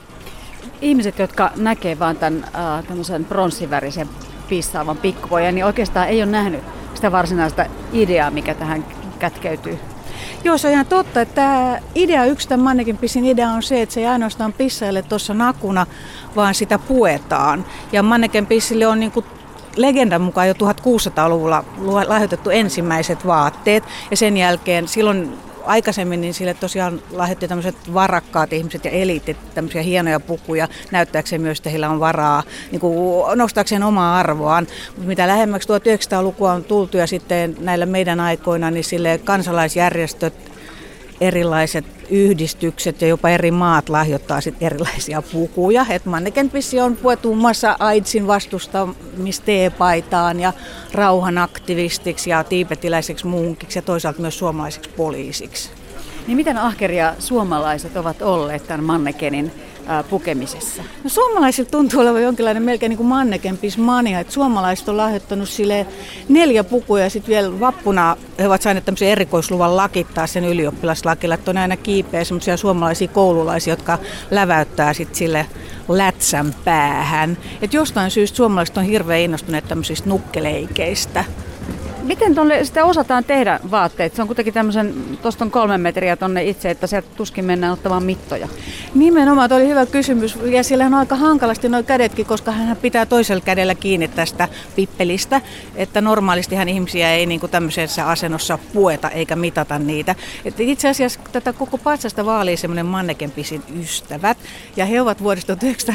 Ihmiset, jotka näkee vaan tämän tämmöisen pronssivärisen pissaavan pikkupojan, niin oikeastaan ei ole nähnyt sitä varsinaista ideaa, mikä tähän kätkeytyy.
Joo, se on ihan totta, että tämä idea, yksi tämän mannekenpissin idea on se, että se ei ainoastaan pissaile tuossa nakuna, vaan sitä puetaan. Ja mannekenpissille on niin kuin legendan mukaan jo 1600-luvulla lahjoitettu ensimmäiset vaatteet ja sen jälkeen silloin aikaisemmin niin sille tosiaan lahjoitti tämmöiset varakkaat ihmiset ja eliitit tämmöisiä hienoja pukuja näyttääkseen myös, että heillä on varaa niin kuin nostaakseen omaa arvoaan. Mitä lähemmäksi 1900-lukua on tultu ja sitten näillä meidän aikoina niin sille kansalaisjärjestöt, erilaiset yhdistykset ja jopa eri maat lahjoittaa sitten erilaisia pukuja. Mannekenpissi on puettu muun muassa AIDSin vastustamisteepaitaan ja rauhanaktivistiksi ja tiibetiläiseksi munkiksi ja toisaalta myös suomalaiseksi poliisiksi.
Niin miten ahkeria suomalaiset ovat olleet tämän mannekenin pukemisessa?
No, suomalaisilta tuntuu olevan jonkinlainen melkein niin kuin mannekenpismania, että suomalaiset on lahjoittanut sille 4 pukua ja sitten vielä vappuna he ovat saaneet tämmöisen erikoisluvan lakittaa sen ylioppilaslakilla, että on aina kiipeä semmoisia suomalaisia koululaisia, jotka läväyttää sitten sille lätsän päähän. Että jostain syystä suomalaiset on hirveän innostuneet tämmöisistä nukkeleikeistä.
Miten tuonne sitä osataan tehdä vaatteet? Se on kuitenkin tämmöisen, tuosta on 3 metriä tonne itse, että sieltä tuskin mennään ottamaan mittoja.
Nimenomaan, tuo oli hyvä kysymys. Ja siellä on aika hankalasti nuo kädetkin, koska hän pitää toisella kädellä kiinni tästä pippelistä. Että normaalistihan ihmisiä ei niin kuin tämmöisessä asennossa pueta eikä mitata niitä. Että itse asiassa tätä koko patsasta vaalii semmoinen mannekenpisin ystävät. Ja he ovat vuodesta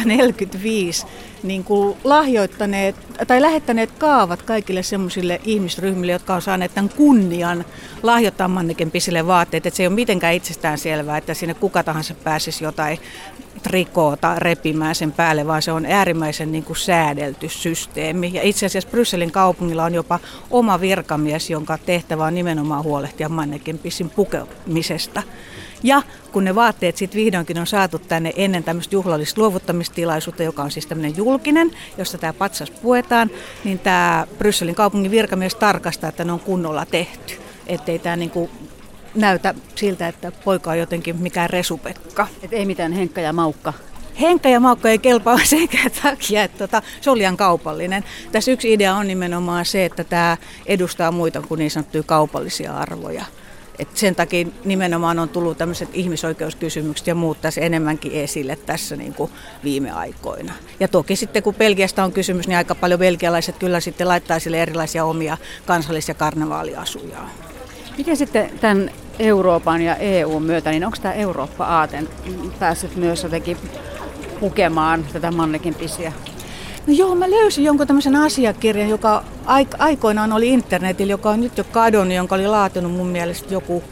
1945 niin kuin lahjoittaneet tai lähettäneet kaavat kaikille semmoisille ihmisryhmille, jotka on saaneet tämän kunnian lahjoittaa mannekenpisille vaatteet. Että se ei ole mitenkään itsestään selvää, että sinne kuka tahansa pääsisi jotain trikoota repimään sen päälle, vaan se on äärimmäisen niin kuin säädelty systeemi. Ja itse asiassa Brysselin kaupungilla on jopa oma virkamies, jonka tehtävä on nimenomaan huolehtia mannekenpissin pukemisesta. Ja kun ne vaatteet sitten vihdoinkin on saatu tänne ennen tämmöistä juhlallista luovuttamistilaisuutta, joka on siis tämmöinen julkinen, jossa tämä patsas puetaan, niin tämä Brysselin kaupungin virkamies tarkastaa, että ne on kunnolla tehty. ettei tämä niinku näytä siltä, että poika on jotenkin mikään resupekka.
Et ei mitään Henkka ja Maukka.
Henkka ja Maukka ei kelpaa senkään takia, että se on liian kaupallinen. Tässä yksi idea on nimenomaan se, että tämä edustaa muita kuin niin sanottuja kaupallisia arvoja. Et sen takia nimenomaan on tullut tämmöiset ihmisoikeuskysymykset ja muut tässä enemmänkin esille tässä niin kuin viime aikoina. Ja toki sitten kun Belgiasta on kysymys, niin aika paljon belgialaiset kyllä sitten laittaa sille erilaisia omia kansallis- ja karnevaaliasujaan.
Miten sitten tämän Euroopan ja EUn myötä, niin onko tämä Eurooppa-aate päässyt myös jotenkin pukemaan tätä mannekinpisiä?
No joo, mä löysin jonkun tämmöisen asiakirjan, joka aikoinaan oli internetillä, joka on nyt jo kadonnut, jonka oli laatinut mun mielestä joku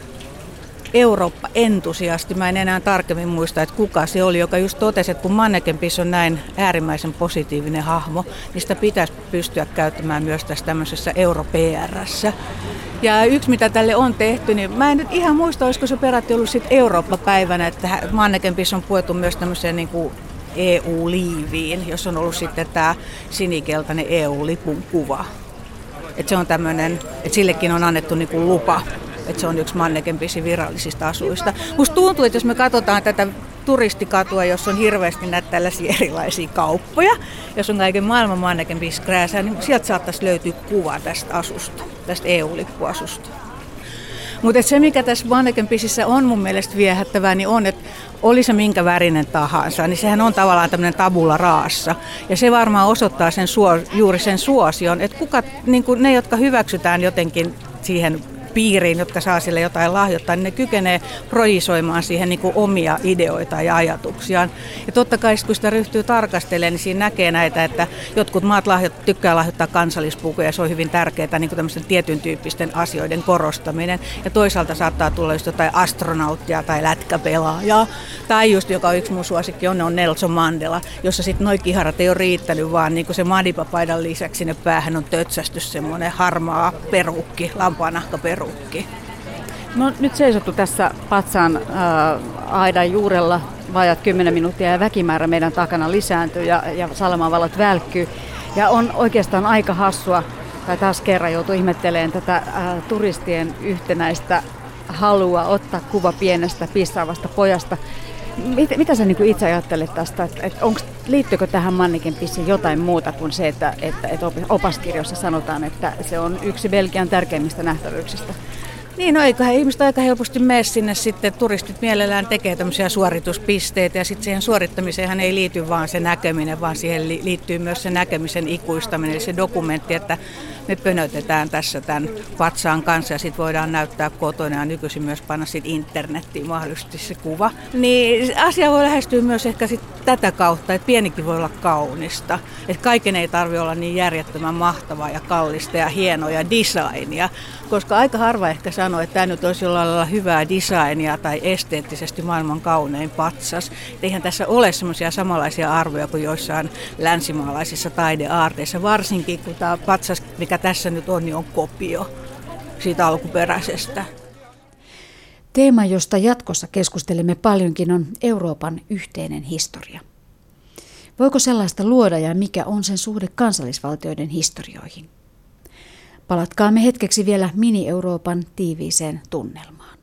Eurooppa-entusiasti. Mä en enää tarkemmin muista, että kuka se oli, joka just totesi, että kun mannekinpis on näin äärimmäisen positiivinen hahmo, niin sitä pitäisi pystyä käyttämään myös tässä tämmöisessä Euro-PR:ssä. Ja yksi, mitä tälle on tehty, niin mä en nyt ihan muista, olisiko se peräti ollut sitten Eurooppa-päivänä, että mannekinpis on puettu myös tämmöiseen niin kuin EU-liiviin, jos on ollut sitten tämä sinikeltainen EU-lipun kuva. Että se on tämmöinen, että sillekin on annettu niinku lupa, että se on yksi mannekinpisin virallisista asuista. Musta tuntuu, että jos me katsotaan tätä turistikatua, jossa on hirveästi näitä tällaisia erilaisia kauppoja, jos on kaiken maailman mannekinpiskrääsää, niin sieltä saattaisi löytyä kuva tästä asusta, tästä EU-lippuasusta. Mutta se, mikä tässä mannekinpisissä on mun mielestä viehättävää, niin on, että oli se minkä värinen tahansa, niin sehän on tavallaan tämmöinen tabula raassa. Ja se varmaan osoittaa juuri sen suosion, että niin ne, jotka hyväksytään jotenkin siihen piiriin, jotka saa sille jotain lahjoittaa, niin ne kykenee projisoimaan siihen niin kuin omia ideoita ja ajatuksiaan. Ja totta kai kun sitä ryhtyy tarkastelemaan, niin siinä näkee näitä, että jotkut maat tykkää lahjoittaa kansallispukuja, ja se on hyvin tärkeää niin kuin tämmöisten tietyn tyyppisten asioiden korostaminen. Ja toisaalta saattaa tulla just jotain astronauttia tai lätkäpelaajaa, tai just joka on yksi mun suosikki on Nelson Mandela, jossa sitten noi kiharat ei ole riittänyt, vaan niin kuin se madipapaidan lisäksi sinne päähän on tötsästy semmoinen harmaa perukki, lampaanahkaperukki.
No, nyt seisottu tässä patsaan aidan juurella vajat 10 minuuttia ja väkimäärä meidän takana lisääntyy ja salamavalot välkkyy. Ja on oikeastaan aika hassua, tai taas kerran joutuu ihmettelemään tätä turistien yhtenäistä halua ottaa kuva pienestä pissaavasta pojasta. Mitä sä niin itse ajattelet tästä, liittyykö tähän mannekinpissiin jotain muuta kuin se, että opaskirjoissa sanotaan, että se on yksi Belgian tärkeimmistä nähtävyyksistä?
Niin, no eiköhän ihmiset aika helposti mene sinne sitten, turistit mielellään tekee tämmöisiä suorituspisteitä ja sitten siihen suorittamiseen ei liity vaan se näkeminen, vaan siihen liittyy myös se näkemisen ikuistaminen, eli se dokumentti, että me pönötetään tässä tämän patsaan kanssa ja sitten voidaan näyttää kotona ja nykyisin myös panna sitten internettiin mahdollisesti se kuva. Niin asia voi lähestyä myös ehkä sitten tätä kautta, että pienikin voi olla kaunista. Että kaiken ei tarvitse olla niin järjettömän mahtavaa ja kallista ja hienoa ja designia, koska aika harva ehkä sanoo, että tämä nyt olisi jollain lailla hyvää designia tai esteettisesti maailman kaunein patsas. Eihän tässä ole semmoisia samanlaisia arvoja kuin joissain länsimaalaisissa taideaarteissa, varsinkin kun tämä patsas, mikä tässä nyt on, niin on kopio siitä alkuperäisestä.
Teema, josta jatkossa keskustelemme paljonkin, on Euroopan yhteinen historia. Voiko sellaista luoda ja mikä on sen suhde kansallisvaltioiden historioihin? Palatkaamme hetkeksi vielä mini-Euroopan tiiviiseen tunnelmaan.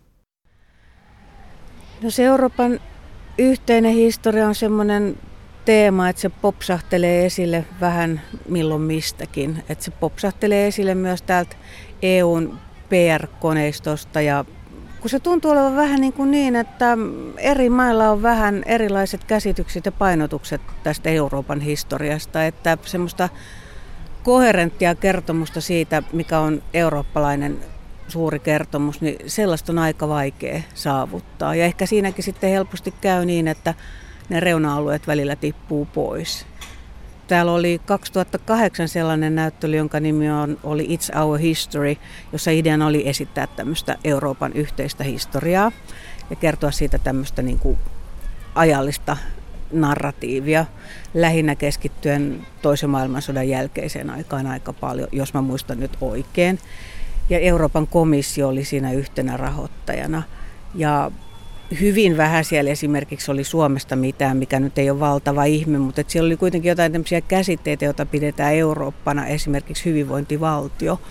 No se Euroopan yhteinen historia on semmoinen teema, että se popsahtelee esille vähän milloin mistäkin. Että se popsahtelee esille myös täältä EUn PR-koneistosta ja kun se tuntuu olevan vähän niin, että eri mailla on vähän erilaiset käsitykset ja painotukset tästä Euroopan historiasta, että semmoista koherenttia kertomusta siitä, mikä on eurooppalainen suuri kertomus, niin sellaista on aika vaikea saavuttaa. Ja ehkä siinäkin sitten helposti käy niin, että ne reuna-alueet välillä tippuu pois. Täällä oli 2008 sellainen näyttely, jonka nimi oli It's Our History, jossa ideana oli esittää tämmöistä Euroopan yhteistä historiaa ja kertoa siitä tämmöistä niin kuin ajallista narratiivia, lähinnä keskittyen toisen maailmansodan jälkeiseen aikaan aika paljon, jos mä muistan nyt oikein. Ja Euroopan komissio oli siinä yhtenä rahoittajana. Ja hyvin vähän siellä esimerkiksi oli Suomesta mitään, mikä nyt ei ole valtava ihme, mutta siellä oli kuitenkin jotain tämmöisiä käsitteitä, joita pidetään Eurooppana, esimerkiksi hyvinvointivaltio.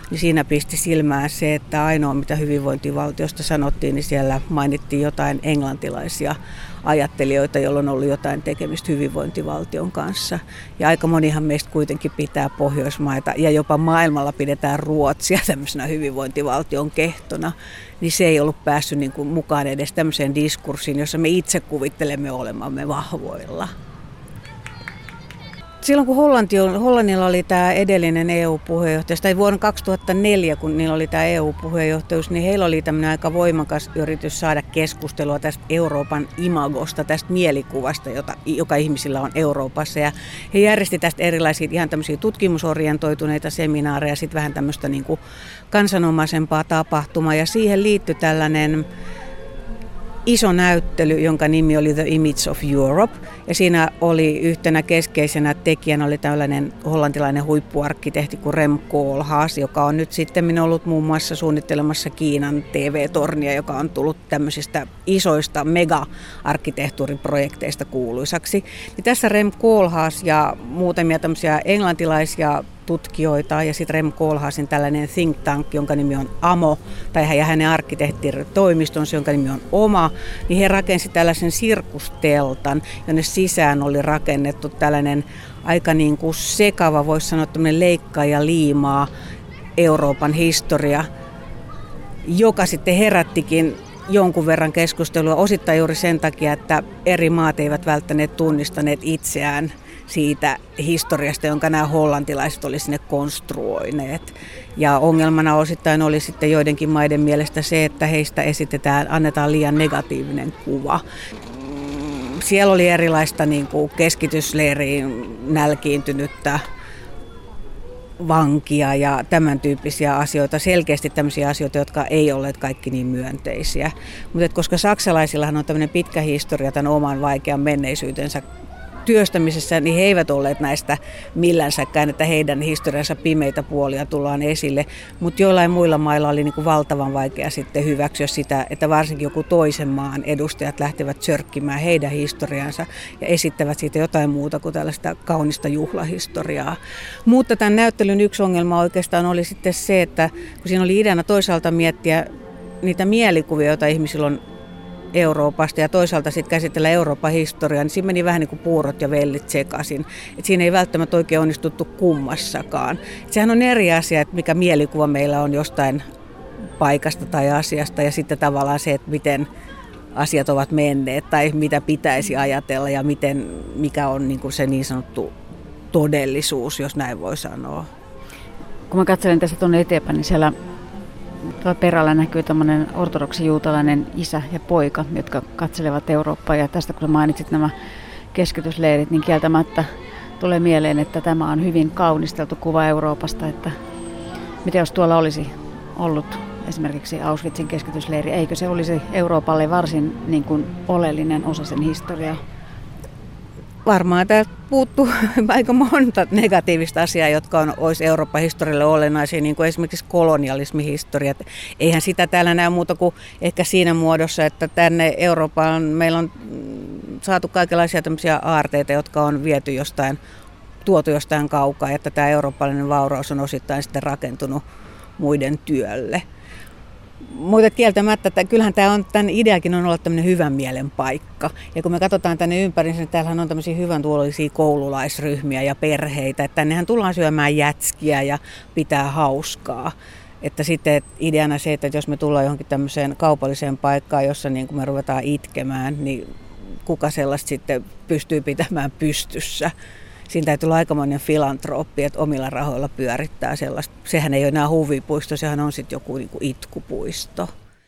niin siinä pisti silmään se, että ainoa mitä hyvinvointivaltiosta sanottiin, niin siellä mainittiin jotain englantilaisia ajattelijoita, joilla on ollut jotain tekemistä hyvinvointivaltion kanssa. Ja aika monihan meistä kuitenkin pitää Pohjoismaita ja jopa maailmalla pidetään Ruotsia tämmöisenä hyvinvointivaltion kehtona. Niin se ei ollut päässyt niin kuin mukaan edes tämmöiseen diskurssiin, jossa me itse kuvittelemme olemamme vahvoilla. Silloin kun Hollannilla oli tämä edellinen EU-puheenjohtajuus, tai vuonna 2004, kun niillä oli tämä EU-puheenjohtajuus, niin heillä oli tämmöinen aika voimakas yritys saada keskustelua tästä Euroopan imagosta, tästä mielikuvasta, joka ihmisillä on Euroopassa. Ja he järjesti tästä erilaisia ihan tämmöisiä tutkimusorientoituneita seminaareja, sitten vähän tämmöistä niin kuin kansanomaisempaa tapahtumaa, ja siihen liittyi tällainen iso näyttely, jonka nimi oli The Image of Europe. Ja siinä oli yhtenä keskeisenä tekijänä oli tällainen hollantilainen huippuarkkitehti kuin Rem Koolhaas, joka on nyt sitten ollut muun muassa suunnittelemassa Kiinan TV-tornia, joka on tullut tämmöisistä isoista mega-arkkitehtuuriprojekteista kuuluisaksi. Ja tässä Rem Koolhaas ja muutamia tämmöisiä englantilaisia tutkijoita ja sitten Rem Koolhaasin tällainen think tank, jonka nimi on AMO, tai hänen arkkitehtitoimistonsa, jonka nimi on OMA, niin he rakensi tällaisen sirkusteltan, jonne sisään oli rakennettu tällainen aika niin kuin sekava, voisi sanoa tämmöinen leikkaa ja liimaa Euroopan historia, joka sitten herättikin jonkun verran keskustelua, osittain juuri sen takia, että eri maat eivät välttäneet tunnistaneet itseään siitä historiasta, jonka nämä hollantilaiset oli sinne konstruoineet. Ja ongelmana osittain oli sitten joidenkin maiden mielestä se, että heistä annetaan liian negatiivinen kuva. Siellä oli erilaista niin kuin keskitysleiriin nälkiintynyttä vankia ja tämän tyyppisiä asioita, selkeästi tämmöisiä asioita, jotka ei olleet kaikki niin myönteisiä. Mutta koska saksalaisillahan on tämmöinen pitkä historia tämän oman vaikean menneisyytensä työstämisessä, niin he eivät olleet näistä millänsäkään, että heidän historiansa pimeitä puolia tullaan esille. Mutta joillain muilla mailla oli niin kuin valtavan vaikea sitten hyväksyä sitä, että varsinkin joku toisen maan edustajat lähtevät sörkkimään heidän historiansa ja esittävät siitä jotain muuta kuin tällaista kaunista juhlahistoriaa. Mutta tämän näyttelyn yksi ongelma oikeastaan oli sitten se, että kun siinä oli ideana toisaalta miettiä niitä mielikuvia, joita ihmisillä on Euroopasta ja toisaalta sitten käsitellä Euroopan historiaa, niin siinä meni vähän niin kuin puurot ja vellit sekaisin. Et siinä ei välttämättä oikein onnistuttu kummassakaan. Et sehän on eri asia, että mikä mielikuva meillä on jostain paikasta tai asiasta ja sitten tavallaan se, että miten asiat ovat menneet tai mitä pitäisi ajatella ja mikä on niin kuin se niin sanottu todellisuus, jos näin voi sanoa.
Kun mä katselen tässä tuonne eteenpäin, niin siellä perällä näkyy tämmöinen ortodoksi juutalainen isä ja poika, jotka katselevat Eurooppaa. Ja tästä kun mainitsit nämä keskitysleirit, niin kieltämättä tulee mieleen, että tämä on hyvin kaunisteltu kuva Euroopasta. Että mitä jos tuolla olisi ollut esimerkiksi Auschwitzin keskitysleiri, eikö se olisi Euroopalle varsin niin kuin oleellinen osa sen historiaa?
Varmaan täältä puuttuu aika monta negatiivista asiaa, jotka olisi Euroopan historialle olennaisia, niin kuin esimerkiksi kolonialismihistoria. Eihän sitä täällä näy muuta kuin ehkä siinä muodossa, että tänne Eurooppaan meillä on saatu kaikenlaisia tämmöisiä aarteita, jotka on tuotu jostain kaukaa, että tämä eurooppalainen vauraus on osittain sitten rakentunut muiden työlle. Mutta kieltämättä, että kyllähän tämän ideakin on olla tämmöinen hyvän mielen paikka. Ja kun me katsotaan tänne ympäri, niin täällähän on tämmöisiä hyvän tuolollisia koululaisryhmiä ja perheitä. Että tännehän tullaan syömään jätskiä ja pitää hauskaa. Että sitten ideana se, että jos me tullaan johonkin tämmöiseen kaupalliseen paikkaan, jossa niin kun me ruvetaan itkemään, niin kuka sellaista sitten pystyy pitämään pystyssä. Siinä täytyy olla aikamoinen filantrooppi, että omilla rahoilla pyörittää sellaista. Sehän ei ole enää huvipuisto, sehän on sitten joku niin kuin itkupuisto.